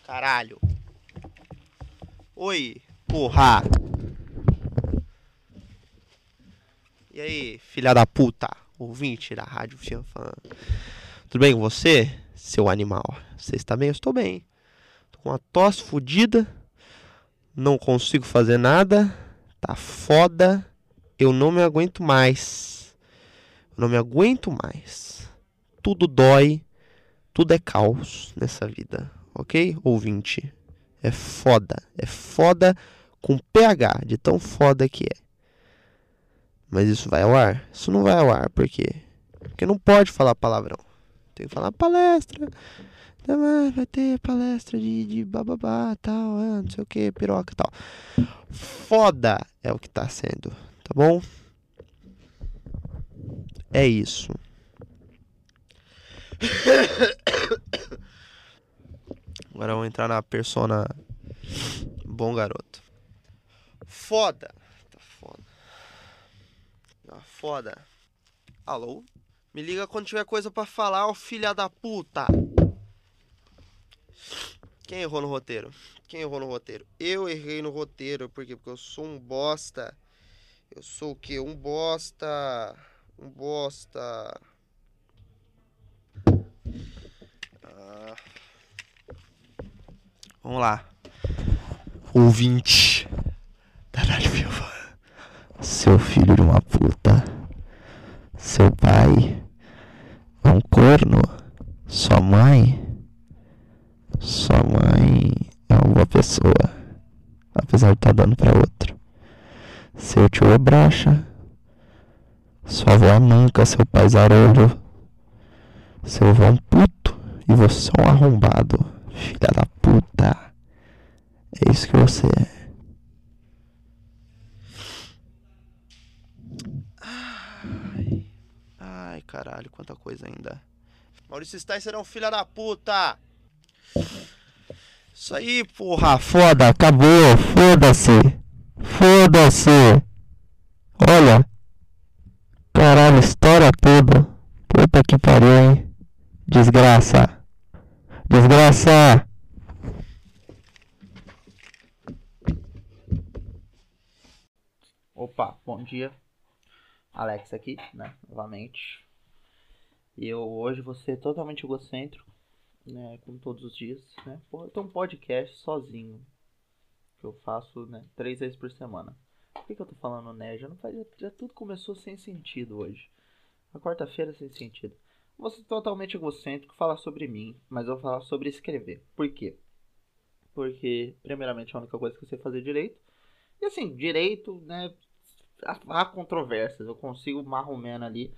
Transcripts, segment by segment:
Caralho. Oi, porra. E aí, filha da puta, ouvinte da Rádio Fianfan. Tudo bem com você, seu animal? Você está bem? Eu estou bem. Tô com uma tosse fodida. Não consigo fazer nada. Tá foda. Eu não me aguento mais. Eu não me aguento mais. Tudo dói. Tudo é caos nessa vida. Ok, ouvinte? É foda. É foda com PH, de tão foda que é. Mas isso vai ao ar? Isso não vai ao ar, por quê? Porque não pode falar palavrão. Tem que falar palestra. Vai ter palestra de bababá, tal, não sei o que, piroca e tal. Foda é o que tá sendo, tá bom? É isso. Agora vamos entrar na persona bom garoto. Foda. Tá foda. Tá foda. Alô? Me liga quando tiver coisa pra falar, ó filha da puta. Quem errou no roteiro? Quem errou no roteiro? Eu errei no roteiro. Por quê? Porque eu sou um bosta. Eu sou o quê? Um bosta. Um bosta. Vamos lá. Ouvinte da Rádio Fianfan. Seu filho de uma puta. Seu pai é um corno. Sua mãe é uma boa pessoa, apesar de estar dando pra outro. Seu tio é broxa. Sua avó é manca. Seu pai é zarolho. Seu avô é um puto. E você é um arrombado. Filha da puta. É isso que você é. Ai, caralho, quanta coisa ainda. Maurício Sticer é um filho da puta. Isso aí, porra. Foda, acabou. Foda-se. Foda-se. Olha. Caralho, estoura tudo. Puta que pariu, hein. Desgraça. Desgraça. Opa, bom dia. Alex aqui, né, novamente. E eu hoje vou ser totalmente egocêntrico, né, como todos os dias, né. Pô, eu tenho um podcast sozinho, que eu faço, né, 3 vezes por semana. Por que eu tô falando, né? Já tudo começou sem sentido hoje. A quarta-feira sem sentido. Vou ser totalmente egocêntrico, falar sobre mim, mas eu vou falar sobre escrever. Por quê? Porque, primeiramente, é a única coisa que eu sei fazer direito. E assim, direito, né, há controvérsias, eu consigo marromeno ali.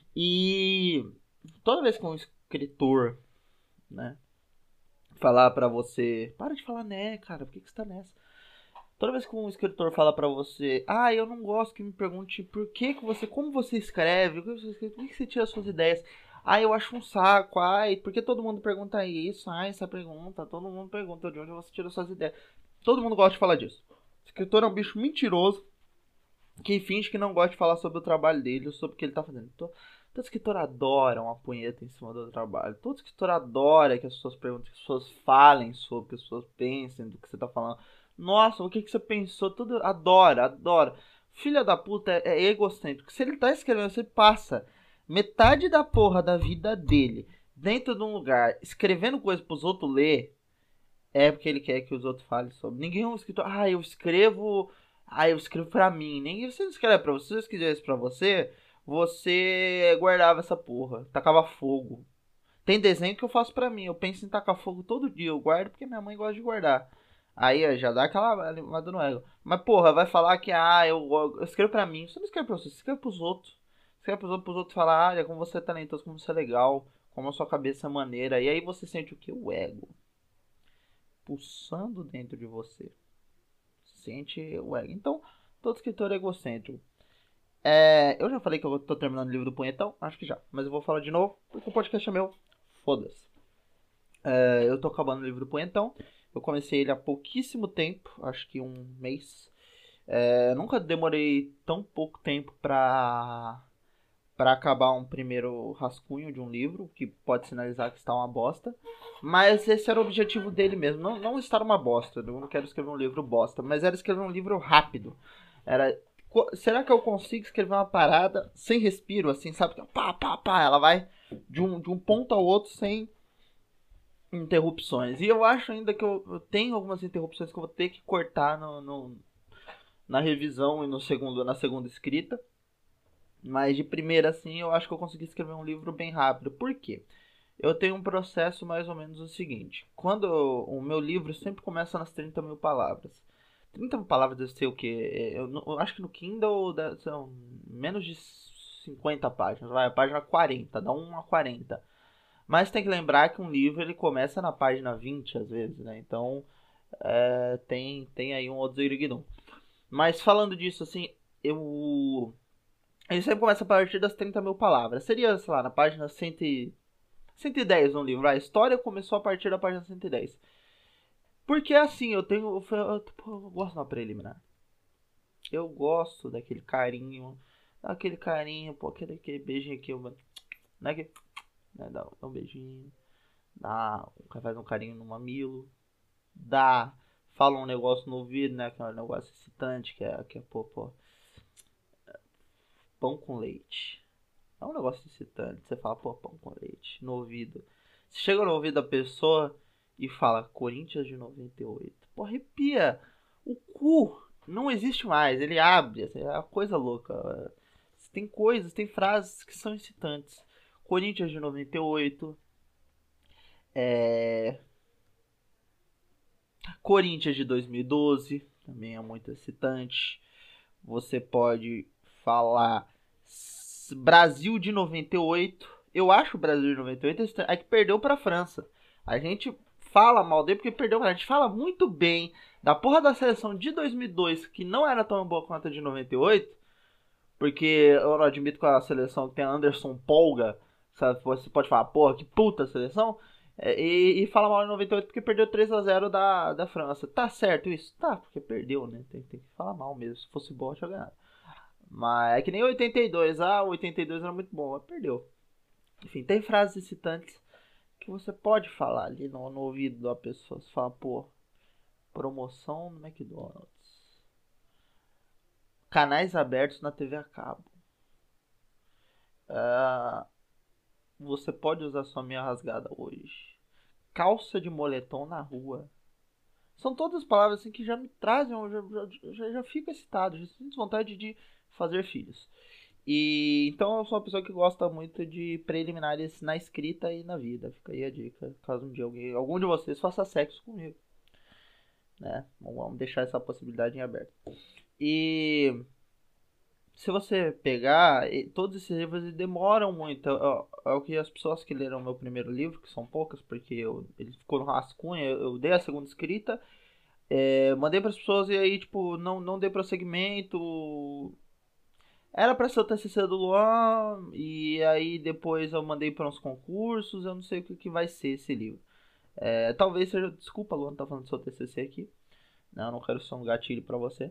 E toda vez que um escritor, né, falar pra você, para de falar né, cara, por que você tá nessa? Toda vez que um escritor fala pra você, eu não gosto que me pergunte por que você, como você escreve, por que você tira as suas ideias? Eu acho um saco, porque todo mundo pergunta isso, essa pergunta, todo mundo pergunta de onde você tira as suas ideias. Todo mundo gosta de falar disso. O escritor é um bicho mentiroso, que finge que não gosta de falar sobre o trabalho dele, ou sobre o que ele tá fazendo. Todo escritor adora uma punheta em cima do trabalho. Todo escritor adora que as pessoas perguntem, que as pessoas falem sobre, que as pessoas pensem do que você tá falando. Nossa, o que você pensou? Tudo adora. Filha da puta é egocêntrico. Se ele tá escrevendo, você passa metade da porra da vida dele dentro de um lugar, escrevendo coisa pros outros ler, é porque ele quer que os outros falem sobre. Ninguém é um escritor. Eu escrevo pra mim. Nem você não escreve pra você. Se eu escrevesse pra você, você guardava essa porra. Tacava fogo. Tem desenho que eu faço pra mim. Eu penso em tacar fogo todo dia. Eu guardo porque minha mãe gosta de guardar. Aí ó, já dá aquela animada no ego. Mas porra, vai falar que eu escrevo pra mim. Você não escreve pra você, você escreve pros outros. Escreve pros outros falar, olha como você é talentoso, como você é legal, como a sua cabeça é maneira. E aí você sente o que? O ego pulsando dentro de você. Sente o ego. Então, todo escritor é egocêntrico. Eu já falei que eu tô terminando o livro do Punhetão? Acho que já. Mas eu vou falar de novo, porque o podcast é meu. Foda-se. Eu tô acabando o livro do Punhetão. Eu comecei ele há pouquíssimo tempo. Acho que um mês. Nunca demorei tão pouco tempo para acabar um primeiro rascunho de um livro, que pode sinalizar que está uma bosta. Mas esse era o objetivo dele mesmo, não estar uma bosta. Eu não quero escrever um livro bosta, mas era escrever um livro rápido. Era, será que eu consigo escrever uma parada sem respiro, assim, sabe? Pá, pá, pá, ela vai de um ponto ao outro sem interrupções. E eu acho ainda que eu tenho algumas interrupções que eu vou ter que cortar na revisão e na segunda escrita. Mas de primeira, assim, eu acho que eu consegui escrever um livro bem rápido. Por quê? Eu tenho um processo mais ou menos o seguinte. O meu livro sempre começa nas 30 mil palavras. 30 mil palavras eu sei o que. Eu acho que no Kindle são menos de 50 páginas. Vai, a página 40, dá 1 a 40. Mas tem que lembrar que um livro ele começa na página 20 às vezes, né? Então tem aí um outro ziriguidum. Mas falando disso, assim, ele sempre começa a partir das 30 mil palavras. Seria, sei lá, na página 110 no livro. A história começou a partir da página 110. Porque assim, eu gosto da preliminar. Eu gosto daquele carinho. Pô, aquele beijinho aqui. Né, dá um beijinho. Faz um carinho no mamilo. Fala um negócio no ouvido, né? Que é um negócio excitante, que é pô. Pão com leite. É um negócio excitante. Você fala, pô, pão com leite. No ouvido. Você chega no ouvido da pessoa e fala, Corinthians de 98. Pô, arrepia. O cu não existe mais. Ele abre. É uma coisa louca. Tem frases que são excitantes. Corinthians de 98. Corinthians de 2012. Também é muito excitante. Você pode falar Brasil de 98. Eu acho o Brasil de 98 é que perdeu pra França. A gente fala mal dele porque perdeu. A gente fala muito bem da porra da seleção de 2002, que não era tão boa quanto a de 98. Porque eu não admito que a seleção que tem Anderson Polga, sabe? Você pode falar, porra, que puta seleção. E fala mal de 98 porque perdeu 3-0 da França. Tá certo isso? Tá, porque perdeu, né? Tem que falar mal mesmo. Se fosse bom, tinha ganhado. Mas é que nem 82. 82 era muito bom, mas perdeu. Enfim, tem frases excitantes que você pode falar ali no ouvido da pessoa. Você fala, pô, promoção no McDonald's. Canais abertos na TV a cabo. Você pode usar sua meia rasgada hoje. Calça de moletom na rua. São todas palavras assim que já me trazem, já fico excitado, já sinto vontade de fazer filhos. E então eu sou uma pessoa que gosta muito de preliminares na escrita e na vida. Fica aí a dica, caso um dia algum de vocês faça sexo comigo, né? Vamos deixar essa possibilidade em aberto. E se você pegar, todos esses livros demoram muito. É o que as pessoas que leram o meu primeiro livro, que são poucas, porque ele ficou no rascunho, eu dei a segunda escrita, mandei para as pessoas e aí, tipo, não dei prosseguimento. Era para ser o TCC do Luan, e aí depois eu mandei para uns concursos, eu não sei o que vai ser esse livro. Talvez seja. Desculpa, Luan, tá falando do seu TCC aqui. Não quero ser um gatilho para você.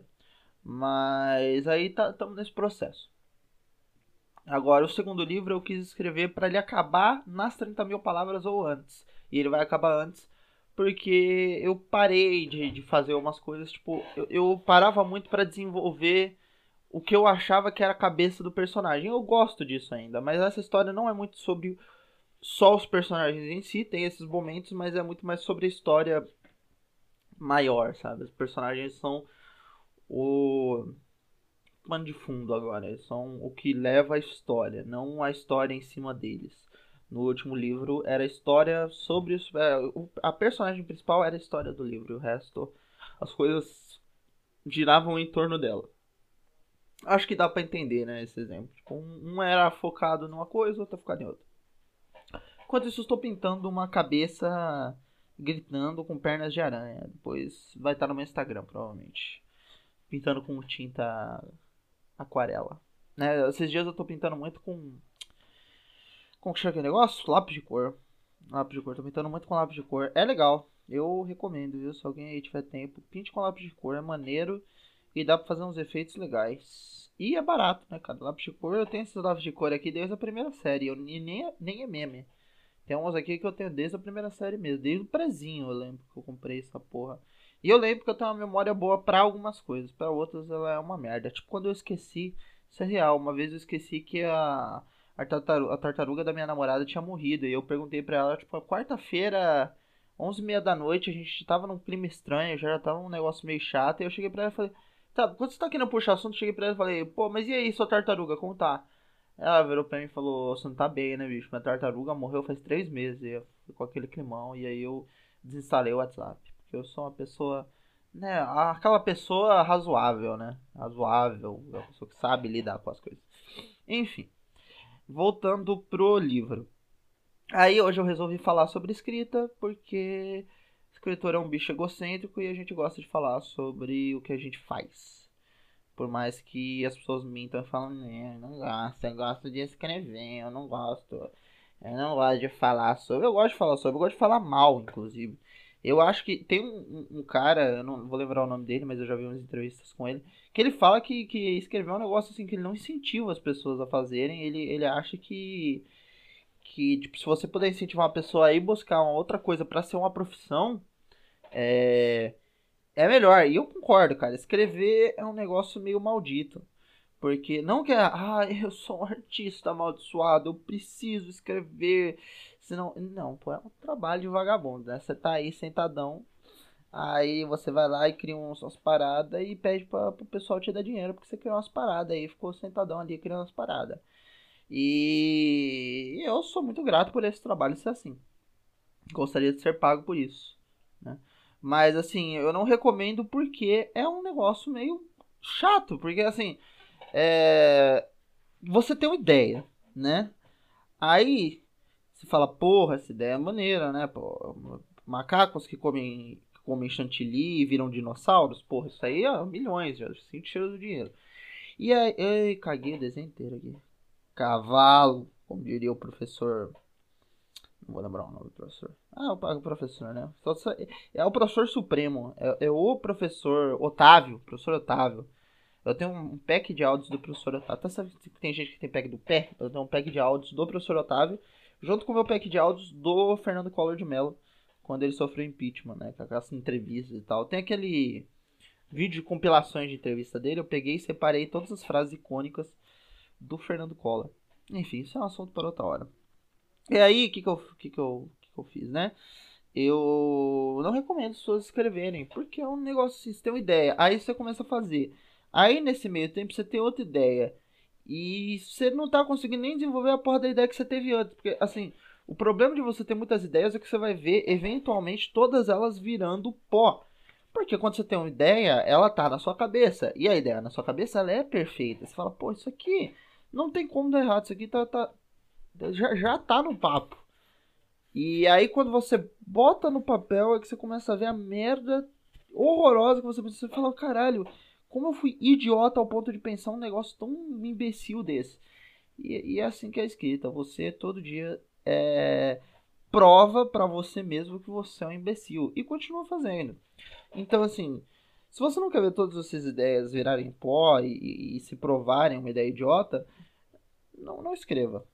Mas aí estamos nesse processo. Agora, o segundo livro eu quis escrever para ele acabar nas 30 mil palavras ou antes. E ele vai acabar antes porque eu parei de fazer umas coisas. Tipo, eu parava muito para desenvolver o que eu achava que era a cabeça do personagem. Eu gosto disso ainda, mas essa história não é muito sobre só os personagens em si. Tem esses momentos, mas é muito mais sobre a história maior, sabe? Os personagens são o pano de fundo agora. Eles são o que leva a história, não a história em cima deles. No último livro era a história sobre a personagem principal era a história do livro, o resto as coisas giravam em torno dela. Acho que dá pra entender, né, esse exemplo. Tipo, um era focado numa coisa, outro focado em outra. Enquanto isso, eu estou pintando uma cabeça gritando com pernas de aranha. Depois vai estar no meu Instagram, provavelmente. Pintando com tinta aquarela. Né? Esses dias eu tô pintando muito com... Como que chama aquele negócio? Lápis de cor. Tô pintando muito com lápis de cor. É legal. Eu recomendo, viu? Se alguém aí tiver tempo, pinte com lápis de cor. É maneiro. e dá pra fazer uns efeitos legais. E é barato, né, cara? Lápis de cor, eu tenho esses lápis de cor aqui desde a primeira série, nem é meme. Tem uns aqui que eu tenho desde a primeira série mesmo, desde o prezinho eu lembro que eu comprei essa porra. E eu lembro que eu tenho uma memória boa pra algumas coisas, pra outras ela é uma merda. Tipo quando eu esqueci, isso é real, uma vez eu esqueci que a tartaruga da minha namorada tinha morrido. E eu perguntei pra ela, tipo, quarta-feira, 11h30 da noite, a gente tava num clima estranho, já tava um negócio meio chato. E eu cheguei pra ela e falei, tá, quando você tá querendo puxar assunto, eu cheguei pra ela e falei, pô, mas e aí, sua tartaruga, como tá? Ela virou pra mim e falou, você não tá bem, né, bicho? Minha tartaruga morreu faz 3 meses. E eu fui com aquele climão. E aí eu desinstalei o WhatsApp. Porque eu sou uma pessoa, né? Aquela pessoa razoável, né? Razoável. É uma pessoa que sabe lidar com as coisas. Enfim, voltando pro livro. Aí hoje eu resolvi falar sobre escrita. Porque escritor é um bicho egocêntrico. E a gente gosta de falar sobre o que a gente faz. Por mais que as pessoas mintam e falam, não gosto, eu gosto de escrever, eu não gosto de falar sobre, eu gosto de falar sobre, eu gosto de falar mal, inclusive. Eu acho que tem um cara, eu não vou lembrar o nome dele, mas eu já vi umas entrevistas com ele, que ele fala que escrever é um negócio assim, que ele não incentiva as pessoas a fazerem, ele acha que tipo, se você puder incentivar uma pessoa a ir buscar uma outra coisa pra ser uma profissão, é melhor. E eu concordo, cara. Escrever é um negócio meio maldito. Porque não que eu sou um artista amaldiçoado, eu preciso escrever. Senão, não, pô, é um trabalho de vagabundo, né? Você tá aí sentadão, aí você vai lá e cria umas paradas e pede pro pessoal te dar dinheiro porque você criou umas paradas aí, ficou sentadão ali criando umas paradas. E eu sou muito grato por esse trabalho ser assim. Gostaria de ser pago por isso, né? Mas assim, eu não recomendo porque é um negócio meio chato, porque assim, é... você tem uma ideia, né? Aí você fala, porra, essa ideia é maneira, né? Pô, macacos que comem chantilly e viram dinossauros, porra, isso aí é milhões, já sinto cheiro do dinheiro. E aí, ai, caguei o desenho inteiro aqui. Cavalo, como diria o professor. Não vou lembrar o nome do professor. O professor, né? É o professor supremo. É o professor Otávio. Professor Otávio. Eu tenho um pack de áudios do professor Otávio. Até sabe que tem gente que tem pack do pé? Eu tenho um pack de áudios do professor Otávio. Junto com o meu pack de áudios do Fernando Collor de Mello. Quando ele sofreu impeachment, né? Com aquelas entrevistas e tal. Tem aquele vídeo de compilações de entrevista dele. Eu peguei e separei todas as frases icônicas do Fernando Collor. Enfim, isso é um assunto para outra hora. E aí, o que que eu fiz, né? Eu não recomendo as pessoas escreverem, porque é um negócio assim, você tem uma ideia, aí você começa a fazer. Aí nesse meio tempo você tem outra ideia. E você não tá conseguindo nem desenvolver a porra da ideia que você teve antes. Porque, assim, o problema de você ter muitas ideias é que você vai ver, eventualmente, todas elas virando pó. Porque quando você tem uma ideia, ela tá na sua cabeça. E a ideia na sua cabeça, ela é perfeita. Você fala, pô, isso aqui não tem como dar errado. Isso aqui já tá no papo. E aí quando você bota no papel é que você começa a ver a merda horrorosa que você precisa falar, caralho, como eu fui idiota ao ponto de pensar um negócio tão imbecil desse. E é assim que é escrita, você todo dia prova pra você mesmo que você é um imbecil e continua fazendo. Então assim, se você não quer ver todas essas ideias virarem pó e se provarem uma ideia idiota, não escreva.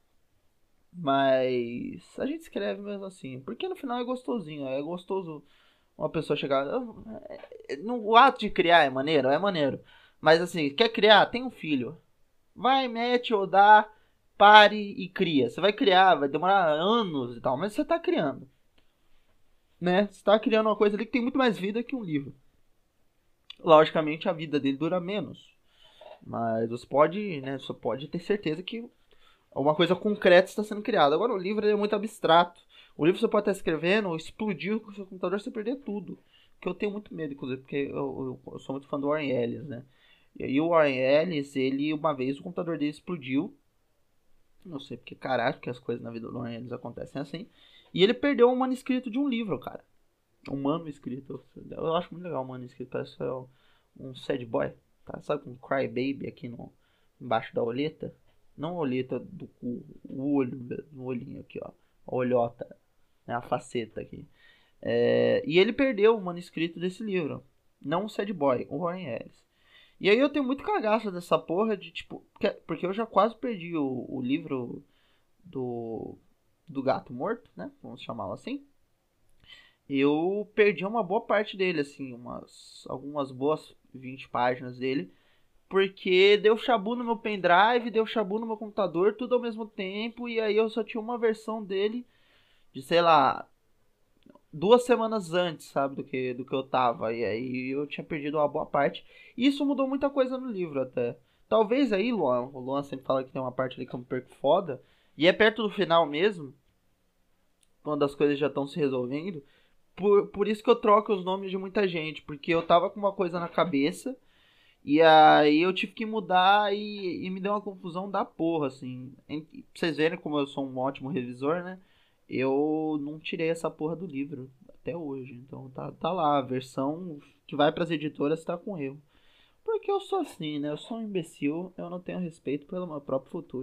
Mas a gente escreve mesmo assim, porque no final é gostosinho, é gostoso uma pessoa chegar. O ato de criar é maneiro, é maneiro. Mas assim, quer criar? Tem um filho. Vai, mete ou dá, pare e cria. Você vai criar, vai demorar anos e tal, mas você tá criando, né? Você tá criando uma coisa ali que tem muito mais vida que um livro. Logicamente a vida dele dura menos, mas você pode, né? Você pode ter certeza que uma coisa concreta está sendo criada. Agora, o livro é muito abstrato. O livro você pode estar escrevendo, explodir com o seu computador, você perder tudo. Que eu tenho muito medo, inclusive, porque eu sou muito fã do Warren Ellis, né? E aí o Warren Ellis, ele, uma vez, o computador dele explodiu. Não sei porque, caralho, porque as coisas na vida do Warren Ellis acontecem assim. E ele perdeu um manuscrito de um livro, cara. Um manuscrito. Eu acho muito legal o manuscrito, parece um sad boy. Tá? Sabe, um cry baby aqui embaixo da olheta. Não a olheta do cu, o olho, no olhinho aqui, ó. A olhota, né? A faceta aqui. E ele perdeu o manuscrito desse livro. Não o Sad Boy, o Warren Ellis. E aí eu tenho muito cagaço dessa porra de, tipo... Porque eu já quase perdi o livro do, do gato morto, né? Vamos chamá-lo assim. Eu perdi uma boa parte dele, assim, algumas boas 20 páginas dele, porque deu chabu no meu pendrive, deu chabu no meu computador, tudo ao mesmo tempo, e aí eu só tinha uma versão dele de, sei lá, 2 semanas antes, sabe, do que eu tava, e aí eu tinha perdido uma boa parte, e isso mudou muita coisa no livro até. Talvez aí, Luan, o Luan sempre fala que tem uma parte ali que eu me perco foda, e é perto do final mesmo, quando as coisas já estão se resolvendo, por isso que eu troco os nomes de muita gente, porque eu tava com uma coisa na cabeça e aí eu tive que mudar e me deu uma confusão da porra, assim. Pra vocês verem como eu sou um ótimo revisor, né? Eu não tirei essa porra do livro até hoje. Então tá lá, a versão que vai pras editoras tá com erro. Porque eu sou assim, né? Eu sou um imbecil, eu não tenho respeito pelo meu próprio futuro.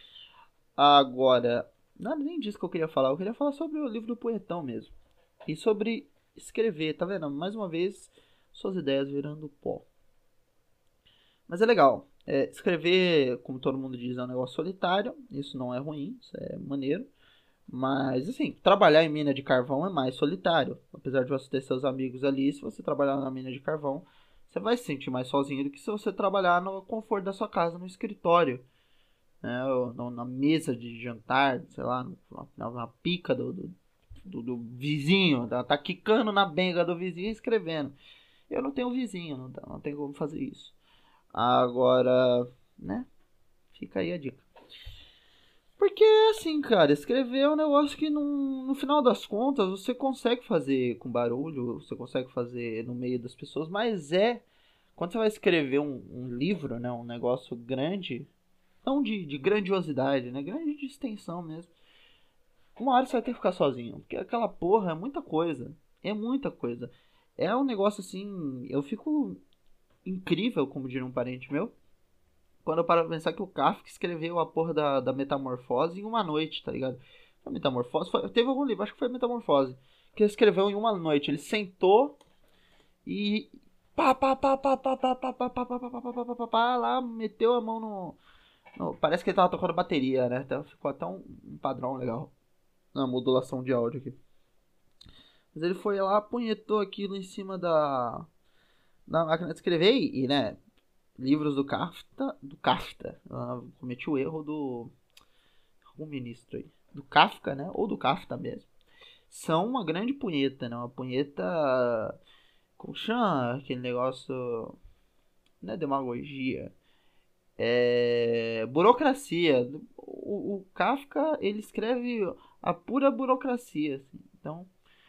Agora, nada nem disso que eu queria falar sobre o livro do Poetão mesmo. E sobre escrever, tá vendo? Mais uma vez, suas ideias virando pó. Mas é legal. Escrever, como todo mundo diz, é um negócio solitário. Isso não é ruim, isso é maneiro. Mas, assim, trabalhar em mina de carvão é mais solitário. Apesar de você ter seus amigos ali, se você trabalhar na mina de carvão, você vai se sentir mais sozinho do que se você trabalhar no conforto da sua casa, no escritório, né? Ou na mesa de jantar, sei lá, na pica do vizinho. Tá quicando na benga do vizinho e escrevendo. Eu não tenho vizinho, não tem como fazer isso. Agora, né? Fica aí a dica. Porque, assim, cara, escrever é um negócio que no final das contas você consegue fazer com barulho, você consegue fazer no meio das pessoas, mas quando você vai escrever um livro, né? Um negócio grande, não de grandiosidade, né? Grande de extensão mesmo. Uma hora você vai ter que ficar sozinho, porque aquela porra é muita coisa. É muita coisa. É um negócio assim, eu fico incrível, como diria um parente meu, quando eu paro pra pensar que o Kafka escreveu a porra da Metamorfose em uma noite, tá ligado? A Metamorfose teve algum livro, acho que foi a Metamorfose, que ele escreveu em uma noite. Ele sentou e pá, pá, pá, pá, pá, pá, pá, pá, pá, pá, pá, pá, pá, pá, pá, pá, lá, meteu a mão parece que ele tava tocando bateria, né? Então ficou até um padrão legal na modulação de áudio aqui. Mas ele foi lá, punhetou aquilo em cima da máquina de escrever né? Livros do Kafka. Cometi o erro do algum ministro aí. Do Kafka, né? Ou do Kafka mesmo. São uma grande punheta, né? Uma punheta. Como chama aquele negócio? Não é demagogia. É. Burocracia. O Kafka, ele escreve a pura burocracia, assim. Então.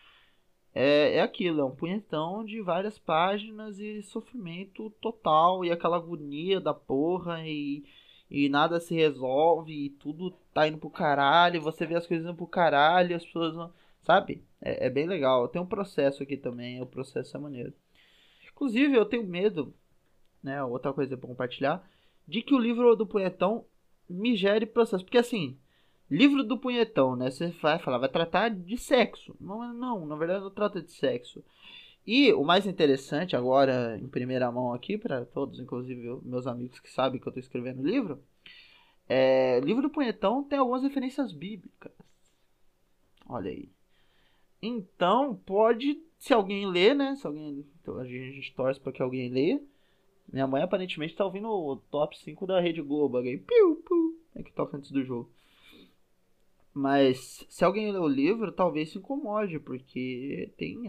É aquilo, é um punhetão de várias páginas e sofrimento total, e aquela agonia da porra, e nada se resolve, e tudo tá indo pro caralho, você vê as coisas indo pro caralho, as pessoas não. Sabe? É bem legal. Tem um processo aqui também, o processo é maneiro. Inclusive, eu tenho medo, né? Outra coisa pra compartilhar, de que o livro do punhetão me gere processo. Porque assim, livro do punhetão, né? Você vai falar, vai tratar de sexo. Não, na verdade não trata de sexo. E o mais interessante agora, em primeira mão aqui, para todos, inclusive meus amigos que sabem que eu tô escrevendo livro, livro do punhetão tem algumas referências bíblicas. Olha aí. Então, se alguém ler, né? Se alguém, então, a gente torce para que alguém leia. Minha mãe aparentemente tá ouvindo o top 5 da Rede Globo. Alguém, piu, piu, que toca antes do jogo. Mas se alguém ler o livro, talvez se incomode, porque tem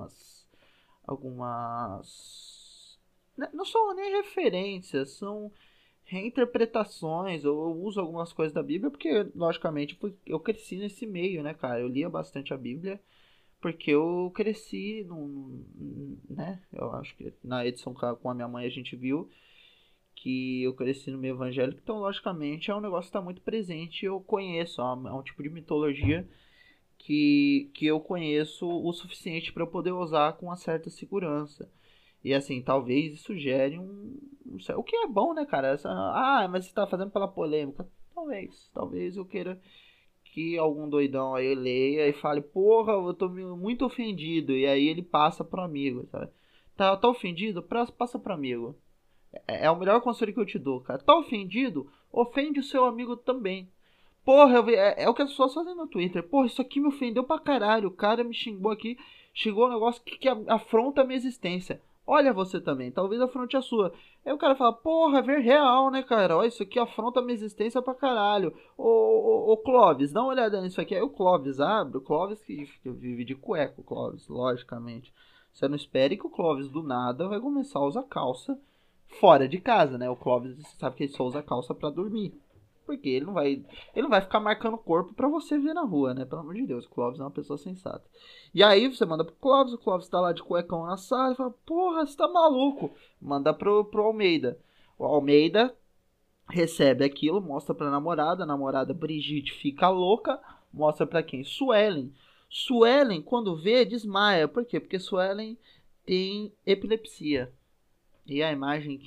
algumas não são nem referências, são reinterpretações. Eu uso algumas coisas da Bíblia porque, logicamente, eu cresci nesse meio, né, cara? Eu lia bastante a Bíblia porque eu cresci né? Eu acho que na edição com a minha mãe a gente viu que eu cresci no meio evangélico, então logicamente é um negócio que está muito presente. Eu conheço, é um tipo de mitologia que eu conheço o suficiente para eu poder usar com uma certa segurança. E assim, talvez isso gere o que é bom, né, cara? Mas você tá fazendo pela polêmica. Talvez eu queira que algum doidão aí leia e fale, porra, eu tô muito ofendido. E aí ele passa pro amigo, sabe? Tá ofendido? Passa pro amigo. É o melhor conselho que eu te dou, cara. Tá ofendido? Ofende o seu amigo também. Porra, é o que as pessoas fazem no Twitter. Porra, isso aqui me ofendeu pra caralho. O cara me xingou aqui. Xingou um negócio que afronta a minha existência. Olha você também, talvez afronte a sua. Aí o cara fala, porra, é real, né, cara? Olha, isso aqui afronta a minha existência pra caralho. Ô Clóvis, dá uma olhada nisso aqui. Aí o Clóvis abre, o Clóvis que vive de cueca, o Clóvis, logicamente. Você não espere que o Clóvis do nada vai começar a usar calça fora de casa, né? O Clóvis, você sabe que ele só usa calça pra dormir. Porque ele não vai ficar marcando o corpo pra você ver na rua, né? Pelo amor de Deus, o Clóvis é uma pessoa sensata. E aí você manda pro Clóvis, o Clóvis tá lá de cuecão na sala e fala, porra, você tá maluco? Manda pro Almeida. O Almeida recebe aquilo, mostra pra namorada, a namorada Brigitte fica louca, mostra pra quem? Suelen. Suelen, quando vê, desmaia. Por quê? Porque Suelen tem epilepsia. E a imagem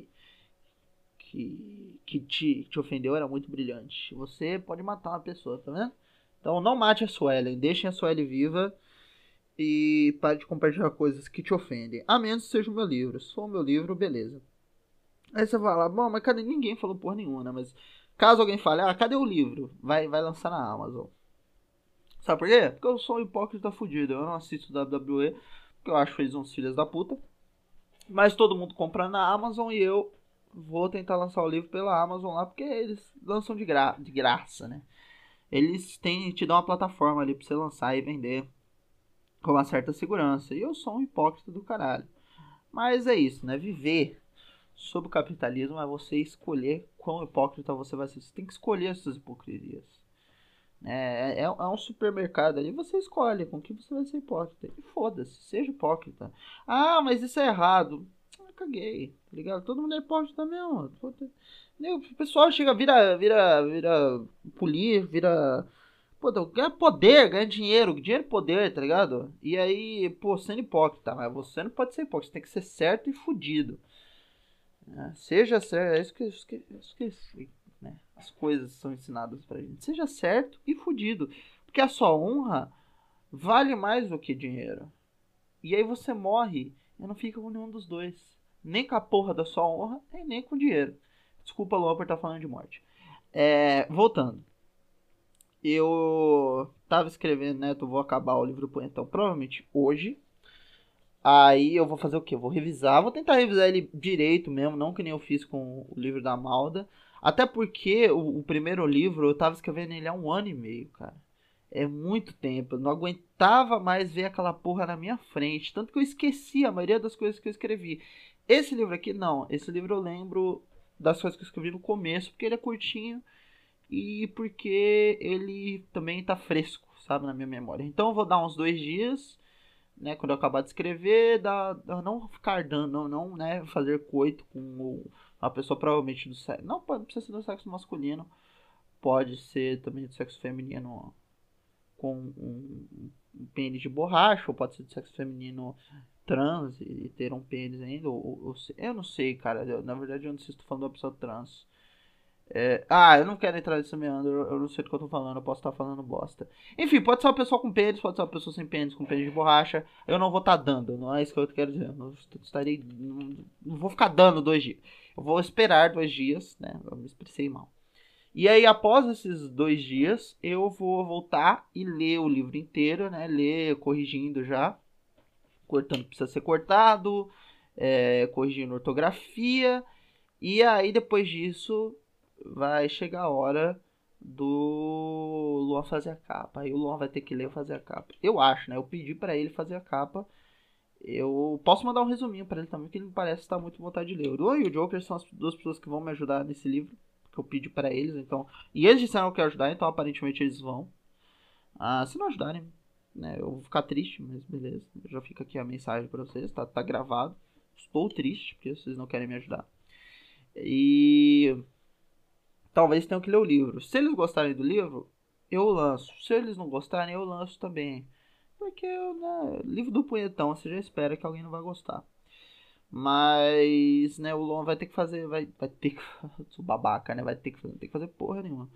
que te ofendeu era muito brilhante. Você pode matar uma pessoa, tá vendo? Então não mate a Suelen, deixem a Suelen viva e pare de compartilhar coisas que te ofendem. A menos que seja o meu livro. Se for o meu livro, beleza. Aí você fala, bom, mas cadê? Ninguém falou porra nenhuma, né? Mas caso alguém fale, cadê o livro? Vai lançar na Amazon. Sabe por quê? Porque eu sou um hipócrita fudido. Eu não assisto WWE, porque eu acho eles uns filhos da puta. Mas todo mundo compra na Amazon e eu vou tentar lançar o livro pela Amazon lá, porque eles lançam de graça, né? Eles te dão uma plataforma ali pra você lançar e vender com uma certa segurança. E eu sou um hipócrita do caralho. Mas é isso, né? Viver sob o capitalismo é você escolher quão hipócrita você vai ser. Você tem que escolher essas hipocrisias. É um supermercado ali, você escolhe com que você vai ser hipócrita. E foda-se, seja hipócrita. Mas isso é errado. Caguei, tá ligado? Todo mundo é hipócrita mesmo. O pessoal chega, vira polícia, vira. Pô, ganha poder, ganha dinheiro e poder, tá ligado? E aí, pô, sendo hipócrita, mas você não pode ser hipócrita, você tem que ser certo e fudido. Seja certo, é isso que né? As coisas são ensinadas pra gente. Seja certo e fudido. Porque a sua honra vale mais do que dinheiro. E aí você morre e não fica com nenhum dos dois. Nem com a porra da sua honra, e nem com dinheiro. Desculpa, Luan, por estar falando de morte. Voltando. Eu tava escrevendo, né? Eu vou acabar o livro Punhetão provavelmente hoje. Aí eu vou fazer o quê? Eu vou revisar. Vou tentar revisar ele direito mesmo. Não que nem eu fiz com o livro da Malda. Até porque o primeiro livro eu tava escrevendo ele há 1 ano e meio, cara. É muito tempo. Eu não aguentava mais ver aquela porra na minha frente. Tanto que eu esqueci a maioria das coisas que eu escrevi. Esse livro aqui, não. Esse livro eu lembro das coisas que eu escrevi no começo. Porque ele é curtinho. E porque ele também tá fresco, sabe? Na minha memória. Então eu vou dar uns 2 dias, né? Quando eu acabar de escrever. Não ficar dando, não, né? Fazer coito com uma pessoa provavelmente do sexo. Não precisa ser do sexo masculino. Pode ser também do sexo feminino com um pênis de borracha, ou pode ser do sexo feminino trans e ter um pênis ainda, eu não sei, cara. Na verdade, eu não sei se estou falando de uma pessoa trans. Eu não quero entrar nesse meandro, eu não sei do que eu tô falando, eu posso estar falando bosta. Enfim, pode ser uma pessoa com pênis, pode ser uma pessoa sem pênis, com pênis de borracha. Eu não vou estar dando, não é isso que eu quero dizer. Eu não vou ficar dando 2 dias. Eu vou esperar 2 dias, né? Eu me expressei mal. E aí, após esses 2 dias, eu vou voltar e ler o livro inteiro, né? Ler corrigindo já. Cortando o que precisa ser cortado. Corrigindo ortografia. E aí, depois disso, vai chegar a hora do Luan fazer a capa. Aí o Luan vai ter que ler e fazer a capa. Eu acho, né? Eu pedi pra ele fazer a capa. Eu posso mandar um resuminho pra ele também, que ele me parece estar muito com vontade de ler. O Luan e o Joker são as 2 pessoas que vão me ajudar nesse livro. Que eu pedi pra eles, então. E eles disseram que eu ajudar, então aparentemente eles vão. Se não ajudarem, né? Eu vou ficar triste, mas beleza. Já fica aqui a mensagem pra vocês, tá gravado. Estou triste, porque vocês não querem me ajudar. E talvez tenham que ler o livro. Se eles gostarem do livro, eu lanço. Se eles não gostarem, eu lanço também. Porque, né, livro do punhetão, você já espera que alguém não vai gostar. Mas, né, o Luan vai ter que fazer. Vai ter que. Sou babaca, né? Vai ter que fazer porra nenhuma.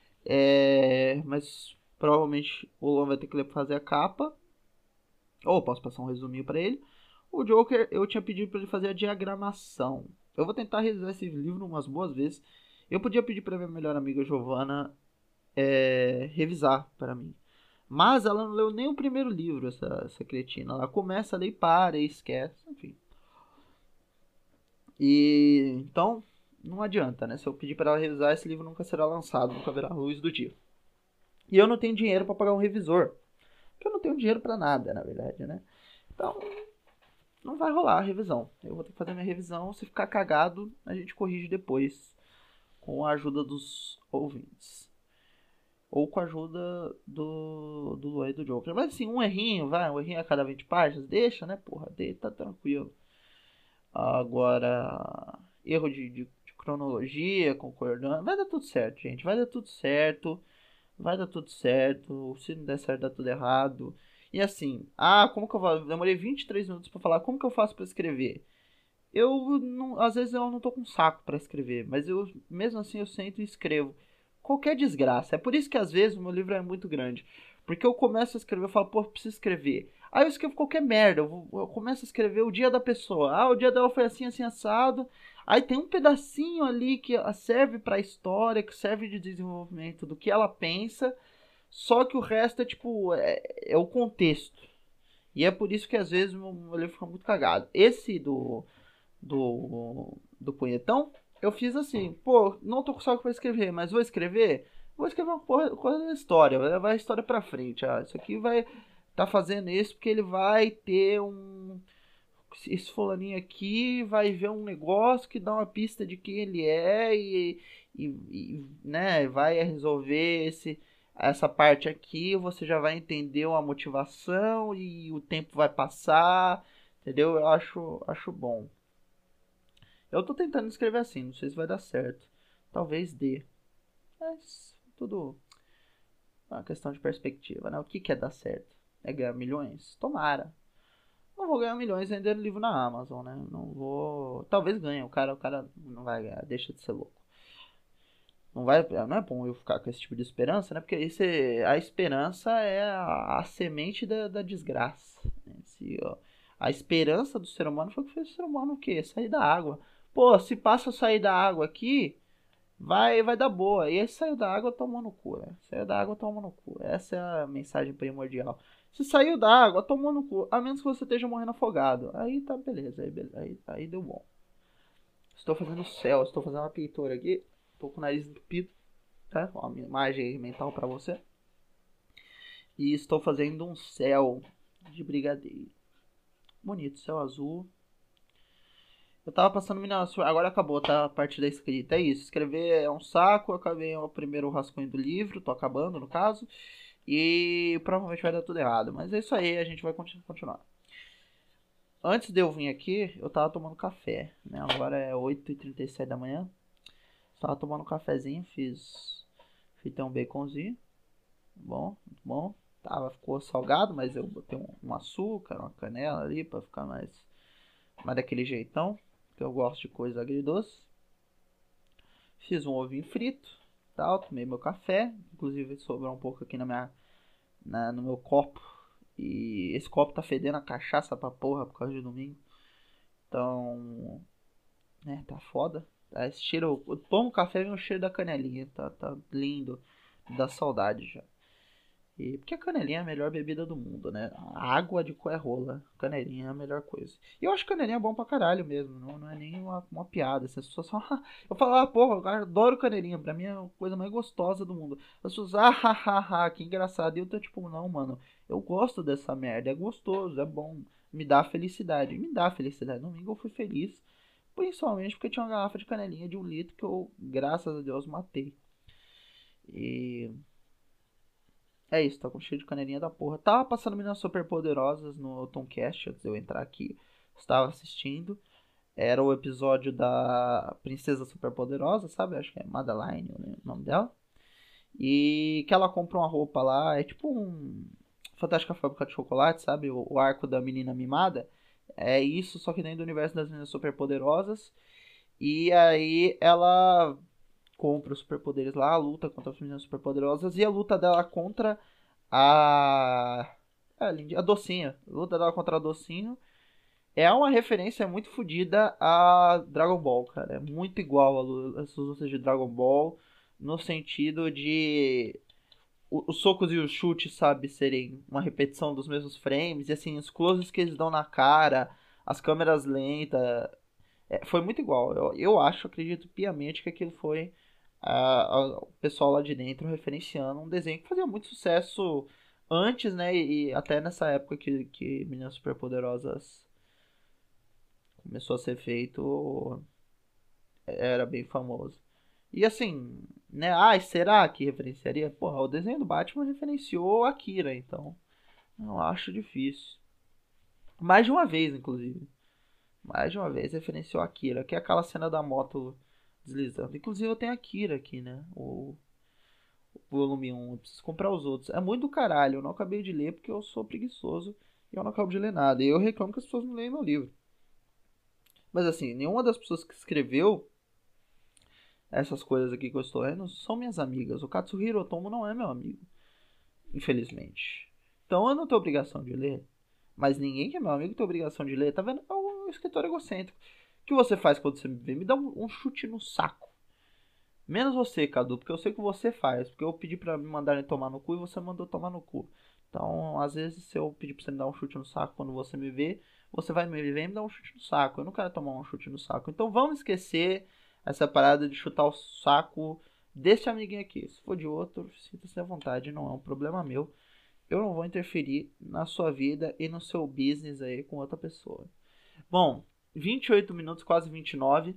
Mas provavelmente o Luan vai ter que fazer a capa. Ou posso passar um resuminho pra ele. O Joker, eu tinha pedido pra ele fazer a diagramação. Eu vou tentar revisar esse livro umas boas vezes. Eu podia pedir pra minha melhor amiga Giovana revisar para mim. Mas ela não leu nem o primeiro livro, essa cretina. Ela começa a ler e para e esquece, enfim. E então, não adianta, né? Se eu pedir para ela revisar, esse livro nunca será lançado, nunca verá a luz do dia. E eu não tenho dinheiro para pagar um revisor. Porque eu não tenho dinheiro para nada, na verdade, né? Então, não vai rolar a revisão. Eu vou ter que fazer minha revisão. Se ficar cagado, a gente corrige depois. Com a ajuda dos ouvintes. Ou com a ajuda do Luan e do Joker. Mas assim, um errinho a cada 20 páginas. Deixa, né, porra? Tá tranquilo. Agora, erro de cronologia, concordando. Vai dar tudo certo, gente. Vai dar tudo certo. Vai dar tudo certo. Se não der certo, dá tudo errado. E assim, como que eu vou? Demorei 23 minutos pra falar. Como que eu faço pra escrever? Às vezes eu não tô com saco pra escrever, mas mesmo assim eu sento e escrevo. Qualquer desgraça. É por isso que às vezes o meu livro é muito grande. Porque eu começo a escrever, eu falo, pô, preciso escrever. Aí eu escrevo qualquer merda. Eu começo a escrever o dia da pessoa. O dia dela foi assim, assim, assado. Aí tem um pedacinho ali que serve pra história, que serve de desenvolvimento do que ela pensa. Só que o resto é tipo, é o contexto. E é por isso que às vezes o meu livro fica muito cagado. Esse do punhetão, eu fiz assim, pô, não tô com saco pra escrever, mas vou escrever uma coisa da história, vai levar a história pra frente. Isso aqui vai tá fazendo isso porque ele vai ter esse fulaninho aqui vai ver um negócio que dá uma pista de quem ele é né, vai resolver essa parte aqui, você já vai entender a motivação e o tempo vai passar, entendeu? Eu acho bom. Eu tô tentando escrever assim, não sei se vai dar certo. Talvez dê. Mas tudo uma questão de perspectiva, né? O que é dar certo? É ganhar milhões? Tomara. Não vou ganhar milhões vendendo livro na Amazon, né? Não vou. Talvez ganhe. O cara não vai ganhar. Deixa de ser louco. Não é bom eu ficar com esse tipo de esperança, né? Porque a esperança é a semente da desgraça. Né? A esperança do ser humano foi o que fez o ser humano o quê? Sair da água. Pô, se passa a sair da água aqui, vai dar boa. E aí saiu da água, tomou no cu, né? Saiu da água, tomou no cu. Essa é a mensagem primordial. Se saiu da água, tomou no cu. A menos que você esteja morrendo afogado. Aí tá beleza. Aí deu bom. Estou fazendo céu. Estou fazendo uma pintura aqui. Tô com o nariz entupido. Tá? Uma imagem mental pra você. E estou fazendo um céu de brigadeiro. Bonito, céu azul. Eu tava passando Minas, agora acabou, tá? A parte da escrita. É isso. Escrever é um saco. Eu acabei o primeiro rascunho do livro. Tô acabando, no caso. E provavelmente vai dar tudo errado. Mas é isso aí, a gente vai continuar. Antes de eu vir aqui, eu tava tomando café. Né? Agora é 8h37 da manhã. Tava tomando um cafezinho, fritei um baconzinho. Bom, muito bom. Ficou salgado, mas eu botei um açúcar, uma canela ali pra ficar mais daquele jeitão. Que eu gosto de coisa agridoce. Fiz um ovinho frito, tal, tomei meu café. Inclusive sobrou um pouco aqui no meu copo. E esse copo tá fedendo a cachaça pra porra por causa de domingo. Então, né, tá foda. Esse cheiro, eu tomo café e vem o cheiro da canelinha. Tá lindo. Dá saudade já. Porque a canelinha é a melhor bebida do mundo, né? A água de rola. Canelinha é a melhor coisa. E eu acho canelinha bom pra caralho mesmo. Não é nem uma piada. As pessoas só. Eu falo, porra, eu adoro canelinha. Pra mim é a coisa mais gostosa do mundo. As pessoas, que engraçado. E eu tô tipo, não, mano. Eu gosto dessa merda. É gostoso, é bom. Me dá felicidade. Me dá felicidade. Domingo eu fui feliz. Principalmente porque tinha uma garrafa de canelinha de 1 litro que eu, graças a Deus, matei. E é isso, tá com cheio de canelinha da porra. Tava passando Meninas Superpoderosas no Tomcast antes de eu entrar aqui. Estava assistindo. Era o episódio da Princesa Superpoderosa, sabe? Acho que é Madeline, né, o nome dela. E que ela compra uma roupa lá. É tipo um Fantástica Fábrica de Chocolate, sabe? O arco da menina mimada. É isso, só que dentro do universo das Meninas Superpoderosas. E aí ela compra os superpoderes lá, luta contra as meninas superpoderosas. E a luta dela contra a Docinho. A luta dela contra a Docinho é uma referência muito fodida a Dragon Ball, cara. É muito igual as lutas de Dragon Ball, no sentido de os socos e os chutes, sabe, serem uma repetição dos mesmos frames, e assim, os closes que eles dão na cara, as câmeras lentas, foi muito igual. Eu acho, acredito piamente que aquilo foi o pessoal lá de dentro referenciando um desenho que fazia muito sucesso antes, né, e até nessa época que Meninas Superpoderosas começou a ser feito, era bem famoso. E assim, né? Ah, será que referenciaria? Porra, o desenho do Batman referenciou Akira, então não acho difícil. Mais de uma vez, inclusive. Mais de uma vez referenciou Akira, que é aquela cena da moto deslizando. Inclusive eu tenho Akira aqui, né? O volume 1. Eu preciso comprar os outros. É muito do caralho. Eu não acabei de ler porque eu sou preguiçoso e eu não acabo de ler nada. E eu reclamo que as pessoas não leem meu livro. Mas assim, nenhuma das pessoas que escreveu essas coisas aqui que eu estou lendo são minhas amigas. O Katsuhiro Otomo não é meu amigo, infelizmente. Então eu não tenho obrigação de ler. Mas ninguém que é meu amigo tem obrigação de ler. Tá vendo? É um escritor egocêntrico. O que você faz quando você me vê? Me dá um chute no saco. Menos você, Cadu, porque eu sei o que você faz. Porque eu pedi pra me mandarem tomar no cu e você mandou tomar no cu. Então, às vezes, se eu pedir pra você me dar um chute no saco quando você me vê, você vai me ver e me dar um chute no saco. Eu não quero tomar um chute no saco. Então vamos esquecer essa parada de chutar o saco desse amiguinho aqui. Se for de outro, sinta-se à vontade, não é um problema meu. Eu não vou interferir na sua vida e no seu business aí com outra pessoa. Bom, 28 minutos, quase 29.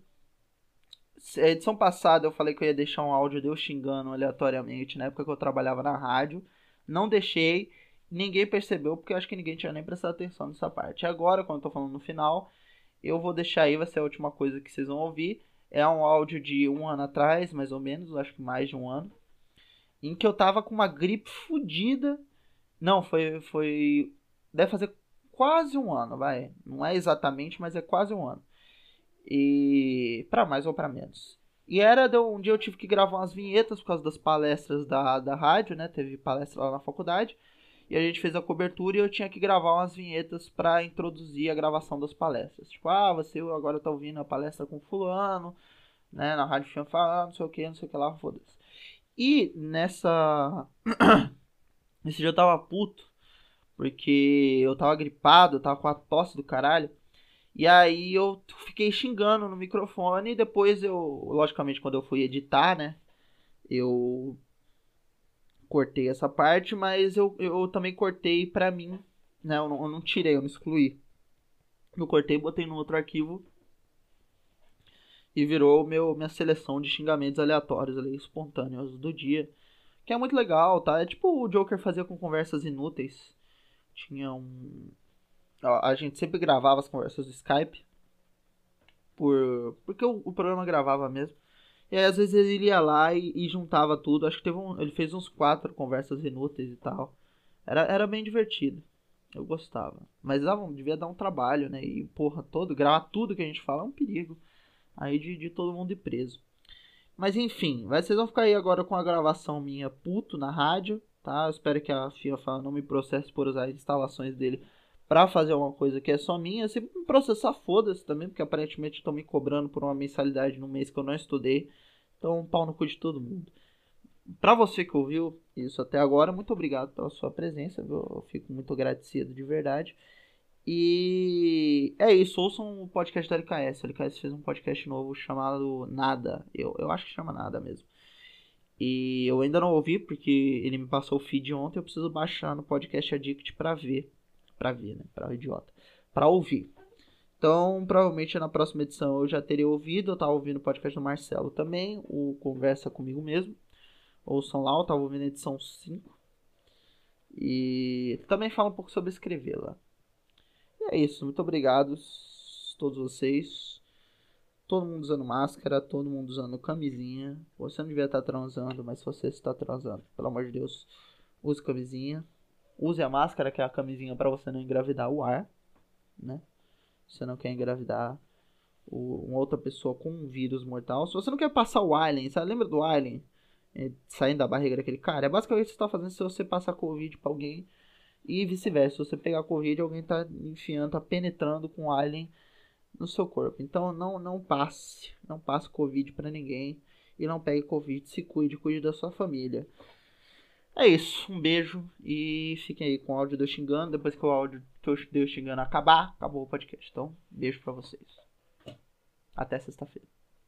A edição passada eu falei que eu ia deixar um áudio de eu xingando aleatoriamente, na época que eu trabalhava na rádio. Não deixei, ninguém percebeu, porque eu acho que ninguém tinha nem prestado atenção nessa parte. Agora, quando eu tô falando no final, eu vou deixar aí, vai ser a última coisa que vocês vão ouvir. É um áudio de um ano atrás, mais ou menos, acho que mais de um ano, em que eu tava com uma gripe fodida. Não, foi. Deve fazer quase um ano, vai. Não é exatamente, mas é quase um ano. E. Pra mais ou pra menos. E um dia eu tive que gravar umas vinhetas por causa das palestras da rádio, né? Teve palestra lá na faculdade. E a gente fez a cobertura e eu tinha que gravar umas vinhetas pra introduzir a gravação das palestras. Tipo, você agora tá ouvindo a palestra com fulano, né? Na rádio tinha falado, não sei o que lá, foda-se. E nesse dia eu tava puto, porque eu tava gripado, eu tava com a tosse do caralho. E aí eu fiquei xingando no microfone e depois logicamente, quando eu fui editar, né, eu cortei essa parte, mas eu também cortei pra mim, né, eu não tirei, eu não excluí. Eu cortei, botei no outro arquivo e virou minha seleção de xingamentos aleatórios ali, espontâneos do dia. Que é muito legal, tá? É tipo o Joker fazia com conversas inúteis. Tinha um... A gente sempre gravava as conversas do Skype. Porque o programa gravava mesmo. E aí, às vezes ele ia lá e juntava tudo. Acho que ele fez uns 4 conversas inúteis e tal. Era bem divertido. Eu gostava. Mas devia dar um trabalho, né? E, porra, gravar tudo que a gente fala é um perigo. Aí de todo mundo ir preso. Mas enfim, vocês vão ficar aí agora com a gravação minha puto na rádio, tá? Eu espero que a FIFA não me processe por usar as instalações dele pra fazer uma coisa que é só minha. Se me processar, foda-se também, porque aparentemente estão me cobrando por uma mensalidade no mês que eu não estudei. Então, pau no cu de todo mundo. Pra você que ouviu isso até agora, muito obrigado pela sua presença, viu? Eu fico muito agradecido de verdade. E é isso, ouçam o podcast do LKS. O LKS fez um podcast novo chamado Nada. Eu acho que chama Nada mesmo. E eu ainda não ouvi, porque ele me passou o feed ontem. Eu preciso baixar no Podcast Addict pra ver. Pra ver, né? Pra idiota. Pra ouvir. Então, provavelmente na próxima edição eu já teria ouvido. Eu tava ouvindo o podcast do Marcelo também. O Conversa Comigo Mesmo. Ouçam lá, eu tava ouvindo a edição 5. E também fala um pouco sobre escrever lá. E é isso, muito obrigado todos vocês. Todo mundo usando máscara, todo mundo usando camisinha. Você não devia estar transando, mas se você está transando, pelo amor de Deus, use camisinha. Use a máscara, que é a camisinha, para você não engravidar o ar, né? Você não quer engravidar uma outra pessoa com um vírus mortal. Se você não quer passar o Alien, sabe? Lembra do Alien? Saindo da barriga daquele cara? É basicamente o que você está fazendo se você passar Covid para alguém. E vice-versa, se você pegar Covid, alguém tá enfiando, tá penetrando com alien no seu corpo. Então não passe Covid pra ninguém. E não pegue Covid, se cuide da sua família. É isso, um beijo e fiquem aí com o áudio de eu xingando. Depois que o áudio que eu dei xingando acabar, acabou o podcast. Então, beijo pra vocês. Até sexta-feira.